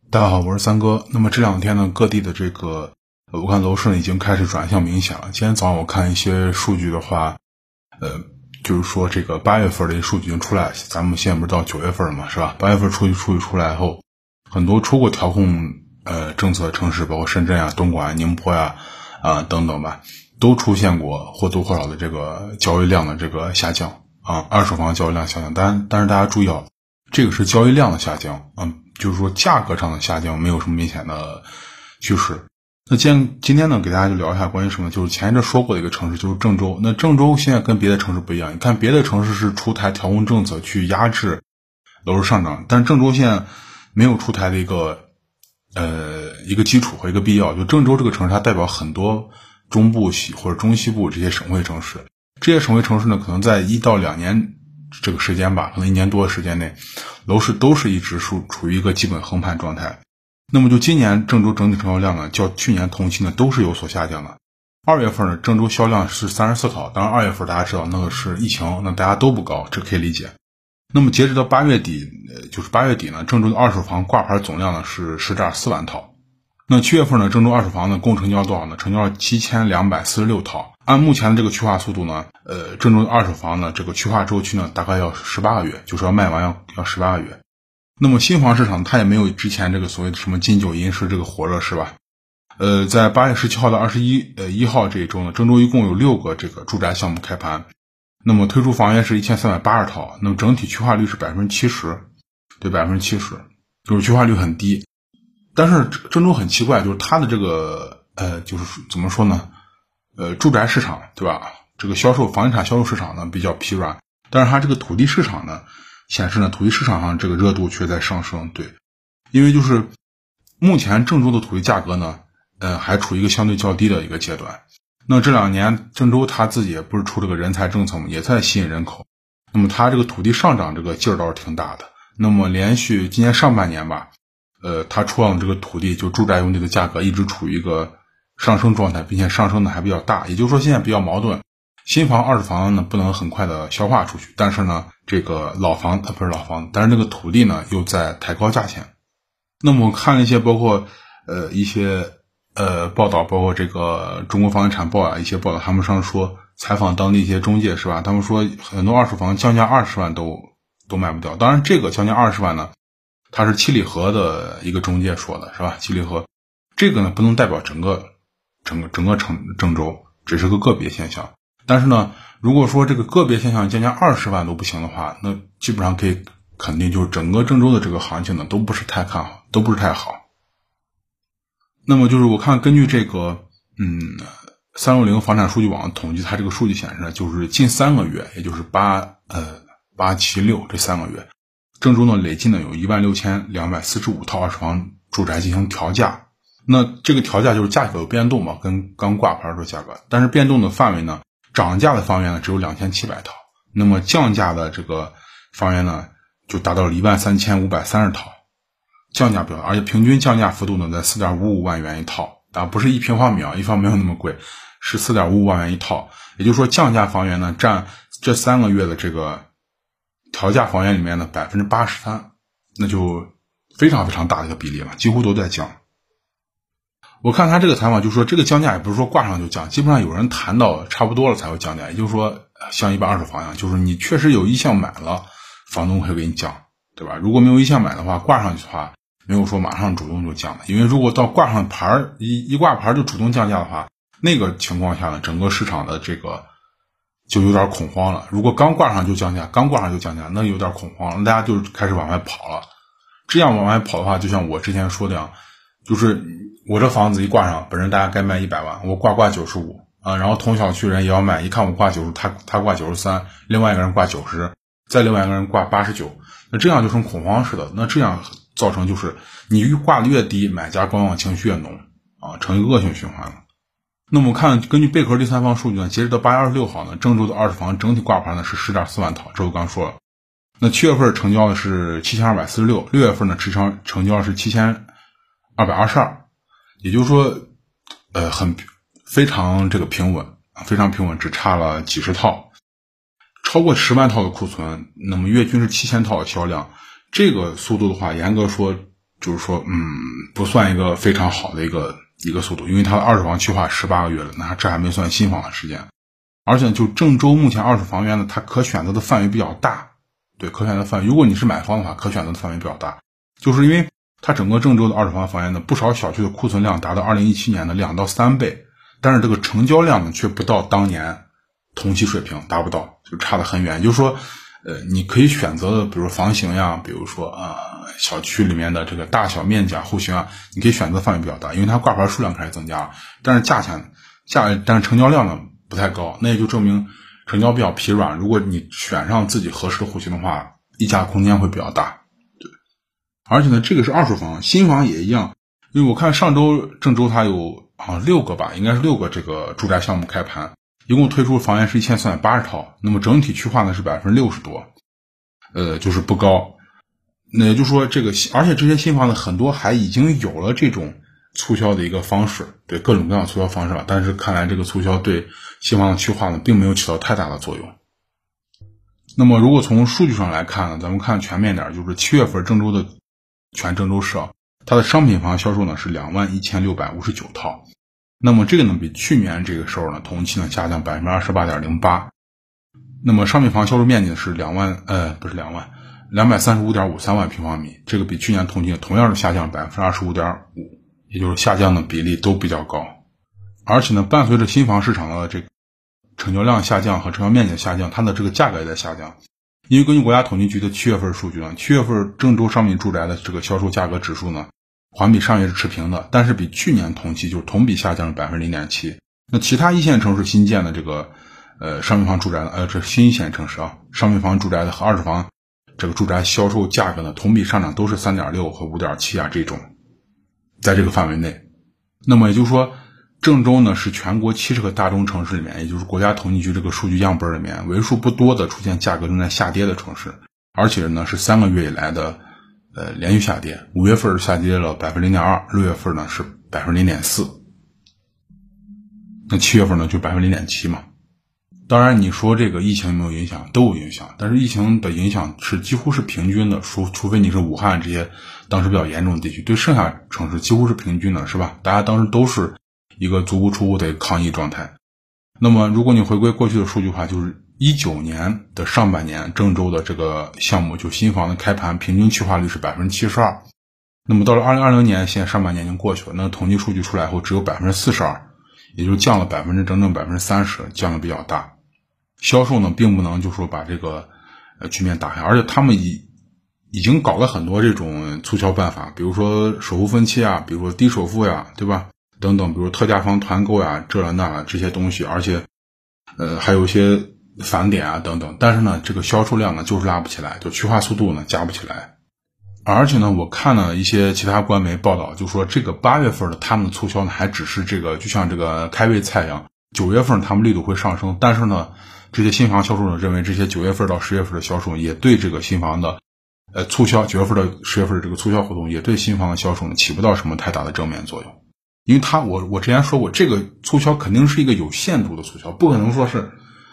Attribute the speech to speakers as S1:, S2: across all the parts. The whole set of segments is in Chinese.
S1: 大家好，我是三哥。那么这两天呢，各地的这个我看楼市呢已经开始转向明显了。今天早上我看一些数据的话，就是说这个8月份的一些数据已经出来，咱们现在不是到9月份了嘛，是吧？8月份数据出来后，很多出过调控政策的城市，包括深圳啊、东莞、宁波呀等等吧，都出现过或多或少的这个交易量的这个下降二手房交易量下降。但是大家注意这个是交易量的下降就是说价格上的下降没有什么明显的趋势。那今天呢，给大家就聊一下关于什么，就是前一阵说过的一个城市，就是郑州。那郑州现在跟别的城市不一样，你看别的城市是出台调控政策去压制楼市上涨，但是郑州现在没有出台的一个基础和一个必要。就郑州这个城市它代表很多中部或者中西部这些省会城市，这些省会城市呢可能在1到2年这个时间吧，可能1年多的时间内，楼市都是一直处于一个基本横盘状态。那么就今年郑州整体成交量呢，较去年同期呢都是有所下降的。2月份呢，郑州销量是34套，当然2月份大家知道那个是疫情，那大家都不高，这可以理解。那么截止到8月底，就是8月底呢，郑州的二手房挂牌总量呢是10.4万套。那7月份呢，郑州二手房呢共成交多少呢？成交了7246套。按目前的这个去化速度呢，郑州的二手房呢这个去化周期呢大概要18个月，就是要卖完要18个月。那么新房市场它也没有之前这个所谓的什么金九银十这个火热，是吧？在8月17号到21号这一周呢，郑州一共有6个这个住宅项目开盘，那么推出房源是1380套，那么整体去化率是70%，对，70%，就是去化率很低。但是郑州很奇怪，就是它的这个就是怎么说呢？住宅市场对吧？这个房地产销售市场呢比较疲软，但是它这个土地市场呢显示呢，土地市场上这个热度却在上升。对，因为就是目前郑州的土地价格呢，还处于一个相对较低的一个阶段。那这2年郑州它自己也不是出这个人才政策嘛，也在吸引人口。那么它这个土地上涨这个劲儿倒是挺大的。那么连续今年上半年吧，它出让这个土地就住宅用地的价格一直处于一个上升状态，并且上升的还比较大。也就是说现在比较矛盾。新房、二手房呢不能很快的消化出去，但是呢，这个但是这个土地呢又在抬高价钱。那么我看了一些包括一些报道，包括这个中国房地产报一些报道，他们上说采访当地一些中介是吧？他们说很多二手房降价20万都卖不掉。当然这个降价20万呢，它是七里河的一个中介说的是吧？七里河这个呢不能代表整个郑州，只是个别现象。但是呢，如果说这个个别现象降价20万都不行的话，那基本上可以肯定就是整个郑州的这个行情呢都不是太好。那么就是我看根据这个360房产数据网统计，它这个数据显示呢，就是近3个月，也就是8、7、6这3个月，郑州呢累计呢有16245套二手房住宅进行调价。那这个调价就是价格有变动嘛，跟刚挂牌的价格，但是变动的范围呢，涨价的房源呢只有2700套，那么降价的这个房源呢就达到了13530套，降价标准，而且平均降价幅度呢在4.55万元一套，不是1平方米1方没有那么贵，是4.55万元一套。也就是说降价房源呢占这3个月的这个调价房源里面的 83%， 那就非常非常大的一个比例了，几乎都在降。我看他这个采访就说，这个降价也不是说挂上就降，基本上有人谈到差不多了才会降价。也就是说像一般二手房一样，就是你确实有意向买了，房东会给你降，对吧？如果没有意向买的话，挂上去的话没有说马上主动就降的，因为如果到挂上牌一挂牌就主动降价的话，那个情况下呢，整个市场的这个就有点恐慌了。如果刚挂上就降价，那有点恐慌了，大家就开始往外跑了。这样往外跑的话，就像我之前说的样，就是我这房子一挂上，本身大家该卖100万，我挂95然后同小区人也要买，一看我挂90，他挂93，另外一个人挂90，再另外一个人挂89，那这样就成恐慌式的，那这样造成就是你越挂的越低，买家观望情绪越浓成一个恶性循环了。那么我看根据贝壳第三方数据呢，截止到8月26号呢，郑州的二手房整体挂牌呢是10.4万套，这我刚说了。那7月份成交的是7246，6月份呢成交是7222，也就是说非常这个平稳，只差了几十套，超过10万套的库存，那么月均是7000套的销量。这个速度的话，严格说就是说不算一个非常好的一个速度，因为它的二手房期化18个月了，那这还没算新房的时间。而且就郑州目前二手房源呢，它可选择的范围比较大，对，可选择范围，如果你是买方的话，可选择的范围比较大，就是因为它整个郑州的二手房房源呢，不少小区的库存量达到2017年的2到3倍，但是这个成交量呢却不到当年同期水平，达不到，就差得很远。就是说你可以选择的比如说房型呀，比如说小区里面的这个大小面积啊、户型啊，你可以选择范围比较大，因为它挂牌数量开始增加了，但是但是成交量呢不太高，那也就证明成交比较疲软。如果你选上自己合适的户型的话，溢价空间会比较大。对，而且呢，这个是二手房，新房也一样。因为我看上周郑州它有6个吧，应该是6个这个住宅项目开盘，一共推出房源是1480套，那么整体区划呢是60%多，就是不高。那也就是说而且这些新房子很多还已经有了这种促销的一个方式，对，各种各样的促销方式了，但是看来这个促销对新房的区划呢并没有起到太大的作用。那么如果从数据上来看呢，咱们看全面点，就是7月份郑州的全郑州市它的商品房销售呢是21659套，那么这个呢比去年这个时候呢同期呢下降 28.08%。那么商品房销售面积是235.53万平方米，这个比去年同期同样是下降 25.5%， 也就是下降的比例都比较高。而且呢，伴随着新房市场的这个成交量下降和成交面积的下降，它的这个价格也在下降。因为根据国家统计局的7月份数据呢，7月份郑州商品住宅的这个销售价格指数呢环比上月是持平的，但是比去年同期就是同比下降了 0.7%。那其他一线城市新建的这个商品房住宅的这新一线城市商品房住宅的和二手房这个住宅销售价格呢同比上涨都是 3.6 和 5.7 这种，在这个范围内。那么也就是说，郑州呢是全国70个大中城市里面，也就是国家统计局这个数据样本里面为数不多的出现价格正在下跌的城市，而且呢是3个月以来的连续下跌，5月份下跌了 0.2%， 6月份呢是 0.4%， 那7月份呢就 0.7% 嘛。当然你说这个疫情有没有影响，都有影响，但是疫情的影响是几乎是平均的，除非你是武汉这些当时比较严重的地区，对剩下城市几乎是平均的，是吧？大家当时都是一个足不出户的抗疫状态。那么如果你回归过去的数据的话，就是19年的上半年郑州的这个项目就新房的开盘平均区划率是 72%， 那么到了2020年现在上半年已经过去了，那统计数据出来后只有 42%， 也就是降了整整 30%， 降的比较大。销售呢并不能就说把这个局面打开，而且他们已经搞了很多这种促销办法，比如说首付分期啊，比如说低首付呀，对吧？等等，比如特价房团购呀，这那这些东西，而且还有一些返点啊等等，但是呢这个销售量呢就是拉不起来，就区划速度呢加不起来。而且呢我看了一些其他官媒报道，就说这个8月份的他们的促销呢还只是这个就像这个开胃菜一样，9月份他们力度会上升，但是呢这些新房销售呢认为这些9月份到10月份的销售也对这个新房的促销9月份到10月份的这个促销活动也对新房的销售呢起不到什么太大的正面作用。因为我之前说过，这个促销肯定是一个有限度的促销，不可能说是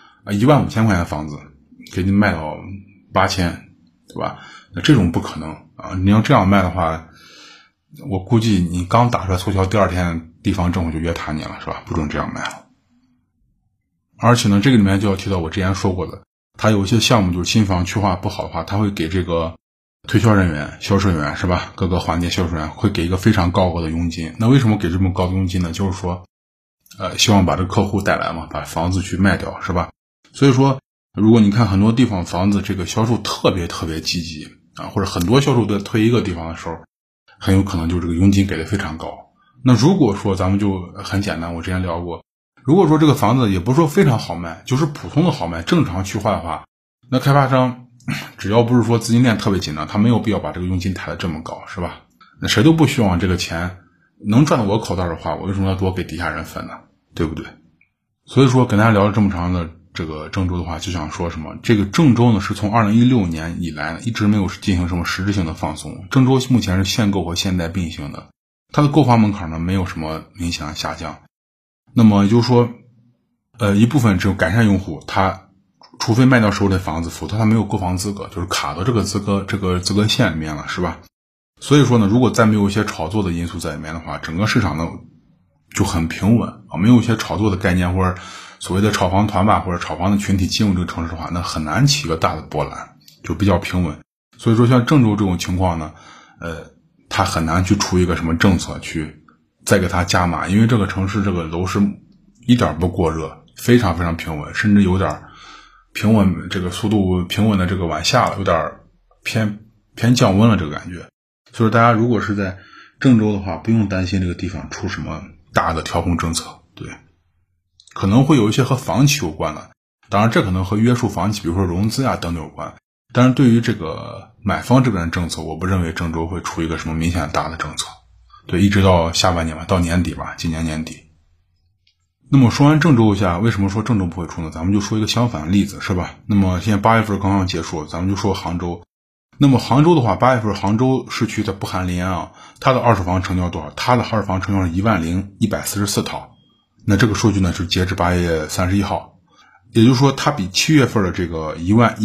S1: 15000块钱的房子给你卖到8000，对吧？那这种不可能你要这样卖的话，我估计你刚打出来促销，第二天地方政府就约谈你了，是吧？不准这样卖了。而且呢这个里面就要提到我之前说过的，它有一些项目就是新房区划不好的话，它会给这个推销人员、销售人员，是吧？各个环节销售人员会给一个非常高额的佣金。那为什么给这么高的佣金呢？就是说希望把这个客户带来嘛，把房子去卖掉，是吧？所以说如果你看很多地方房子这个销售特别积极或者很多销售在推一个地方的时候，很有可能就这个佣金给的非常高。那如果说咱们就很简单，我之前聊过，如果说这个房子也不是说非常好卖，就是普通的好卖，正常区划的话，那开发商只要不是说资金链特别紧张，他没有必要把这个佣金抬得这么高，是吧？那谁都不希望这个钱能赚到我口袋的话，我为什么要多给底下人分呢？对不对？所以说跟大家聊了这么长的这个郑州的话，就想说什么，这个郑州呢是从2016年以来呢一直没有进行什么实质性的放松，郑州目前是限购和限贷并行的，它的购房门槛呢没有什么明显的下降。那么也就是说一部分只有改善用户，他除非卖掉手里的房子，否则他没有购房资格，就是卡到这个资格线里面了，是吧？ 所以说呢，如果再没有一些炒作的因素在里面的话，整个市场呢就很平稳啊，没有一些炒作的概念或者所谓的炒房团吧或者炒房的群体进入这个城市的话，那很难起一个大的波澜，就比较平稳。所以说像郑州这种情况呢，它很难去出一个什么政策去再给它加码，因为这个城市这个楼市一点不过热，非常非常平稳，甚至有点平稳，这个速度平稳的这个往下了，有点偏降温了这个感觉。所以大家如果是在郑州的话，不用担心这个地方出什么大的调控政策，对，可能会有一些和房企有关的，当然这可能和约束房企比如说融资啊等等有关，但是对于这个买方这边的政策，我不认为郑州会出一个什么明显大的政策，对，一直到下半年吧，到年底吧，今年年底。那么说完郑州一下，为什么说郑州不会出呢？咱们就说一个相反的例子，是吧？那么现在8月份刚刚结束，咱们就说杭州。那么杭州的话，8月份杭州市区的不含临安啊，它的二手房成交多少？它的二手房成交是10144套。那这个数据呢是截至8月31号，也就是说它比7月份的这个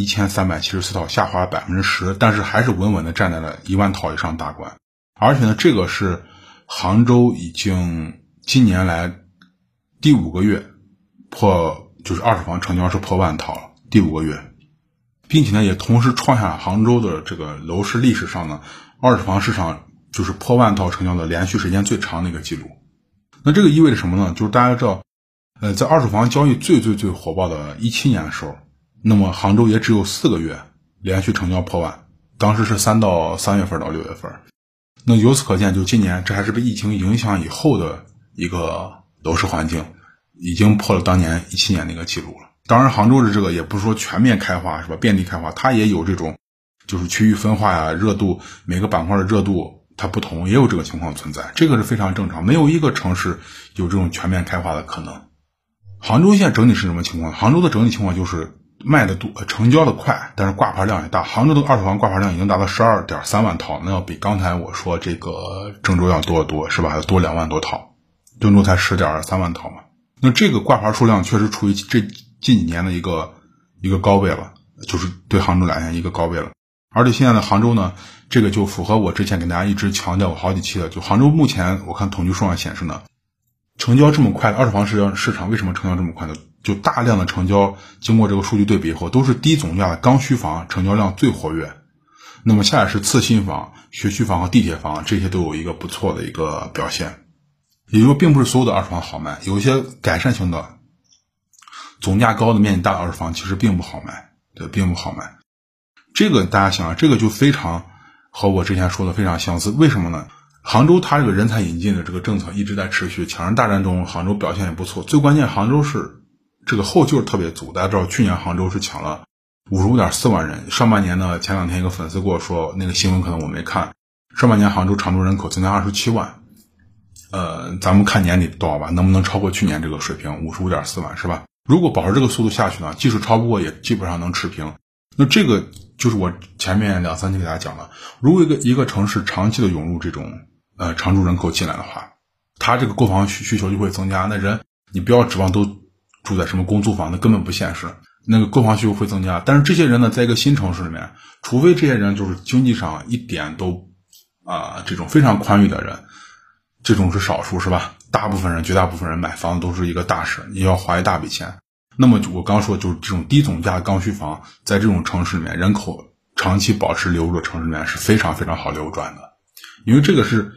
S1: 11374套下滑了 10%， 但是还是稳稳的站在了1万套以上大关。而且呢，这个是杭州已经今年来第5个月就是二手房成交是破万套了，第5个月。并且呢，也同时创下杭州的这个楼市历史上呢，二手房市场就是破万套成交的连续时间最长的一个记录。那这个意味着什么呢？就是大家知道，在二手房交易最火爆的17年的时候，那么杭州也只有4个月连续成交破万，当时是3月份到6月份。那由此可见，就今年这还是被疫情影响以后的一个楼市环境，已经破了当年17年那个记录了。当然杭州的这个也不是说全面开花是吧，遍地开花，它也有这种就是区域分化呀，热度每个板块的热度它不同，也有这个情况存在，这个是非常正常，没有一个城市有这种全面开花的可能。杭州现在整体是什么情况？杭州的整体情况就是卖的多，成交的快，但是挂牌量也大。杭州的二手房挂牌量已经达到 12.3 万套，那要比刚才我说这个郑州要多得多，是吧？要多2万多套，郑州才 10.3 万套嘛。那这个挂牌数量确实处于这近几年的一个高位了，就是对杭州来讲一个高位了。而且现在的杭州呢，这个就符合我之前给大家一直强调过好几期的，就杭州目前我看统计数据显示呢，成交这么快的二手房市场为什么成交这么快呢？就大量的成交经过这个数据对比以后，都是低总价的刚需房成交量最活跃，那么下来是次新房、学区房和地铁房，这些都有一个不错的一个表现。也就是说并不是所有的二手房好卖，有一些改善型的总价高的面积大的二手房其实并不好卖，对，并不好卖。这个大家想，这个就非常和我之前说的非常相似。为什么呢？杭州它这个人才引进的这个政策一直在持续，抢人大战中杭州表现也不错。最关键杭州是这个后劲特别足，大家知道去年杭州是抢了 55.4 万人，上半年呢前2天一个粉丝跟我说，那个新闻可能我没看，上半年杭州常住人口增加27万。咱们看年底多少吧，能不能超过去年这个水平 55.4 万是吧？如果保持这个速度下去呢，即使超不过也基本上能持平。那这个就是我前面2、3期给大家讲的，如果一个城市长期的涌入这种常住人口进来的话，它这个购房需求就会增加。那人你不要指望都住在什么公租房，那根本不现实，那个购房需求会增加。但是这些人呢，在一个新城市里面，除非这些人就是经济上一点都这种非常宽裕的人，这种是少数是吧？大部分人绝大部分人买房子都是一个大事，你要花一大笔钱。那么我刚说就是这种低总价刚需房，在这种城市里面，人口长期保持流入的城市里面是非常非常好流转的，因为这个是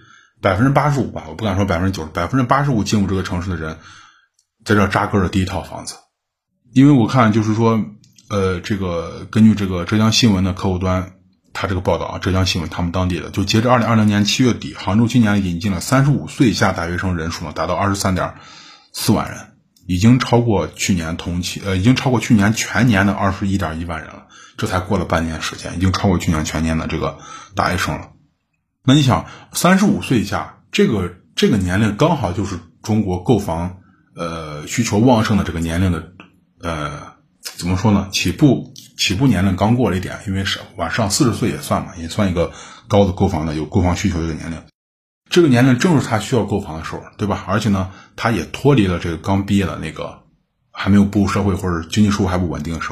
S1: 85% 吧，我不敢说 90%， 85% 进入这个城市的人在这扎根的第一套房子。因为我看就是说这个根据这个浙江新闻的客户端他这个报道啊，浙江新闻他们当地的，就截至2020年7月底，杭州今年引进了35岁以下大学生人数呢达到 23.4 万人，已经超过去年全年的 21.1 万人了，这才过了半年时间，已经超过去年全年的这个大学生了。那你想35岁以下这个年龄刚好就是中国购房需求旺盛的这个年龄的怎么说呢，起步年龄刚过了一点，因为是往上40岁也算嘛，也算一个高的购房的有购房需求的一个年龄。这个年龄正是他需要购房的时候，对吧？而且呢他也脱离了这个刚毕业的那个还没有步入社会或者经济收入还不稳定的时候，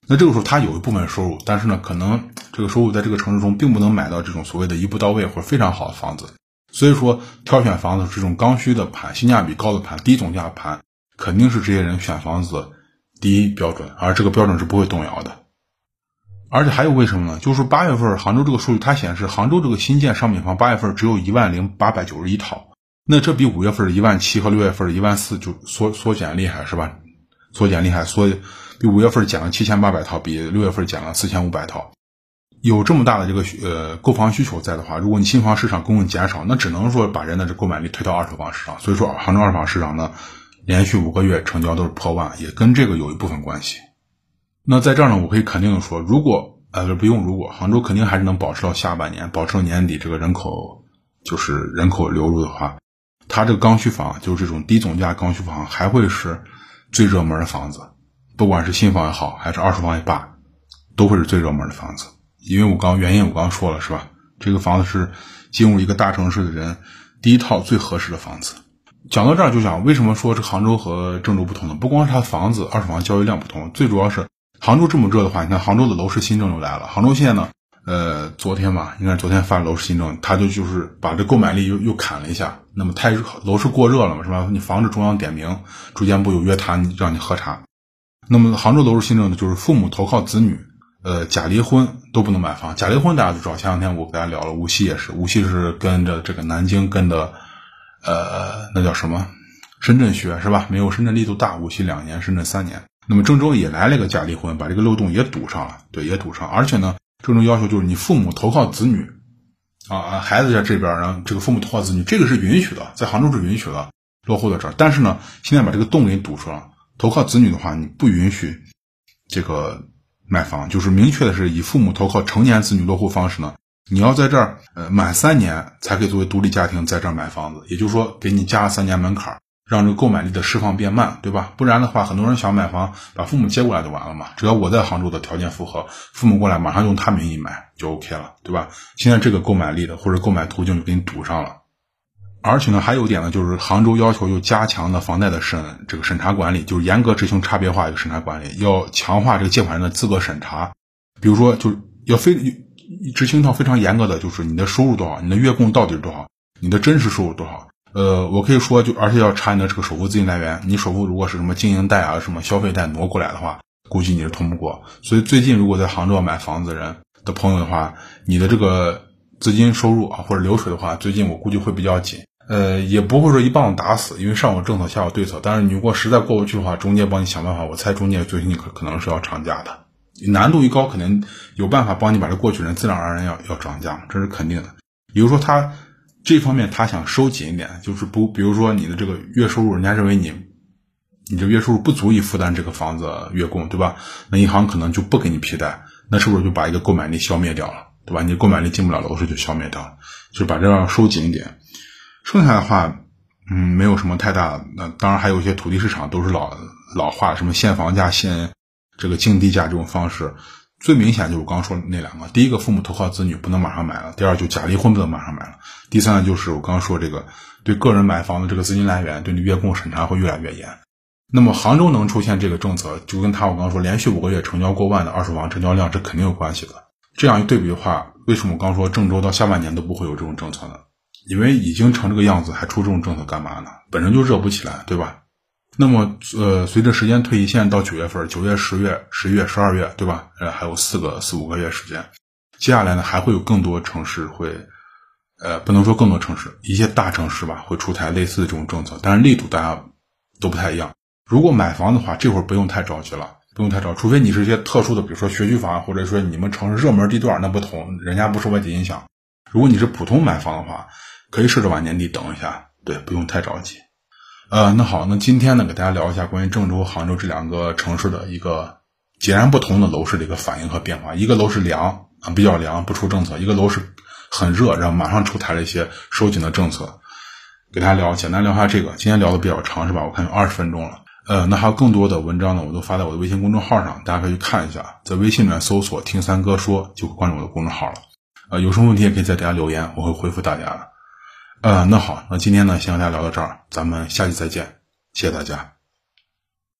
S1: 那这个时候他有一部分收入，但是呢，可能这个收入在这个城市中并不能买到这种所谓的一步到位或者非常好的房子。所以说挑选房子这种刚需的盘、性价比高的盘、低总价盘，肯定是这些人选房子的第一标准，而这个标准是不会动摇的。而且还有为什么呢？就是8月份杭州这个数据它显示，杭州这个新建商品房8月份只有10891套，那这比5月份的17000和6月份的14000就缩减厉害，是吧？缩减厉害，比5月份减了7800套，比6月份减了4500套。有这么大的这个购房需求在的话，如果你新房市场供应减少，那只能说把人的这购买力推到二手房市场。所以说杭州二手房市场呢，连续5个月成交都是破万，也跟这个有一部分关系。那在这儿呢，我可以肯定的说，不用如果，杭州肯定还是能保持到下半年，保持到年底这个人口流入的话，它这个刚需房，就是这种低总价刚需房，还会是最热门的房子，不管是新房也好，还是二手房也罢，都会是最热门的房子。因为原因我刚说了，是吧？这个房子是进入一个大城市的人第一套最合适的房子。讲到这儿就讲为什么说这杭州和郑州不同呢？不光是它房子二手房交易量不同，最主要是杭州这么热的话，你看杭州的楼市新政又来了。杭州现在呢，昨天发楼市新政，它就是把这购买力又砍了一下。那么太热，楼市过热了嘛，是吧？你防止中央点名，住建部有约谈让你核查。那么杭州楼市新政呢，就是父母投靠子女，假离婚都不能买房。假离婚大家都知道，前两天我给大家聊了，无锡也是，无锡是跟着这个南京跟的那叫什么深圳学，是吧？没有深圳力度大，无锡2年，深圳3年。那么郑州也来了个假离婚，把这个漏洞也堵上了，对，也堵上。而且呢，郑州要求就是你父母投靠子女孩子在这边，然后这个父母投靠子女，这个是允许的，在杭州是允许的，落后在这儿。但是呢，现在把这个洞给堵上了，投靠子女的话，你不允许这个买房，就是明确的是以父母投靠成年子女落户方式呢，你要在这儿满3年才可以作为独立家庭在这儿买房子，也就是说给你加了3年门槛，让这个购买力的释放变慢，对吧？不然的话，很多人想买房，把父母接过来就完了嘛。只要我在杭州的条件符合，父母过来马上用他名义买就 OK 了，对吧？现在这个购买力的或者购买途径就给你堵上了。而且呢，还有一点呢，就是杭州要求又加强了房贷的这个审查管理，就是严格执行差别化一个审查管理，要强化这个借款人的资格审查。比如说，就是要执行一套非常严格的，就是你的收入多少，你的月供到底是多少，你的真实收入多少。我可以说而且要查你的这个首付资金来源，你首付如果是什么经营贷啊、什么消费贷挪过来的话，估计你是通不过。所以最近如果在杭州要买房子人的朋友的话，你的这个资金收入或者流水的话，最近我估计会比较紧。也不会说一棒子打死，因为上有政策下有对策，但是你如果实在过不去的话，中介帮你想办法，我猜中介最近可能是要涨价的，难度一高肯定有办法帮你把这过去人自然而然要涨价，这是肯定的。比如说他这方面他想收紧一点，就是比如说你的这个月收入，人家认为你这月收入不足以负担这个房子月供，对吧？那银行可能就不给你批贷，那是不是就把一个购买力消灭掉了，对吧？你购买力进不了楼市就消灭掉了，就是把这样收紧一点。剩下的话没有什么太大，那当然还有一些土地市场都是老化，什么限房价、限这个竞地价这种方式。最明显就是我刚刚说的那两个，第一个父母投靠子女不能马上买了，第二就假离婚不能马上买了，第三个就是我刚刚说这个对个人买房的这个资金来源，对你月供审查会越来越严。那么杭州能出现这个政策，就跟我刚刚说连续5个月成交过万的二手房成交量，这肯定有关系的。这样一对比的话，为什么我刚说郑州到下半年都不会有这种政策呢？因为已经成这个样子，还出这种政策干嘛呢？本身就热不起来，对吧？那么随着时间推移，现在到9月份，9月、10月、11月、12月，对吧？还有4、5个月时间。接下来呢，还会有更多城市会不能说更多城市，一些大城市吧会出台类似的这种政策，但是力度大家都不太一样。如果买房的话，这会儿不用太着急了，除非你是一些特殊的，比如说学区房，或者说你们城市热门地段，那不同，人家不受外界影响。如果你是普通买房的话，可以试着往年底等一下，对，不用太着急。那好，那今天呢，给大家聊一下关于郑州、杭州这两个城市的一个截然不同的楼市的一个反应和变化。一个楼市凉比较凉，不出政策；一个楼市很热，然后马上出台了一些收紧的政策。给大家简单聊一下这个。今天聊的比较长，是吧？我看有20分钟了。那还有更多的文章呢，我都发在我的微信公众号上，大家可以去看一下。在微信里面搜索听三哥说，就会关注我的公众号了。有什么问题也可以在底下留言，我会回复大家的。那好，那今天呢，先和大家聊到这儿，咱们下期再见，谢谢大家。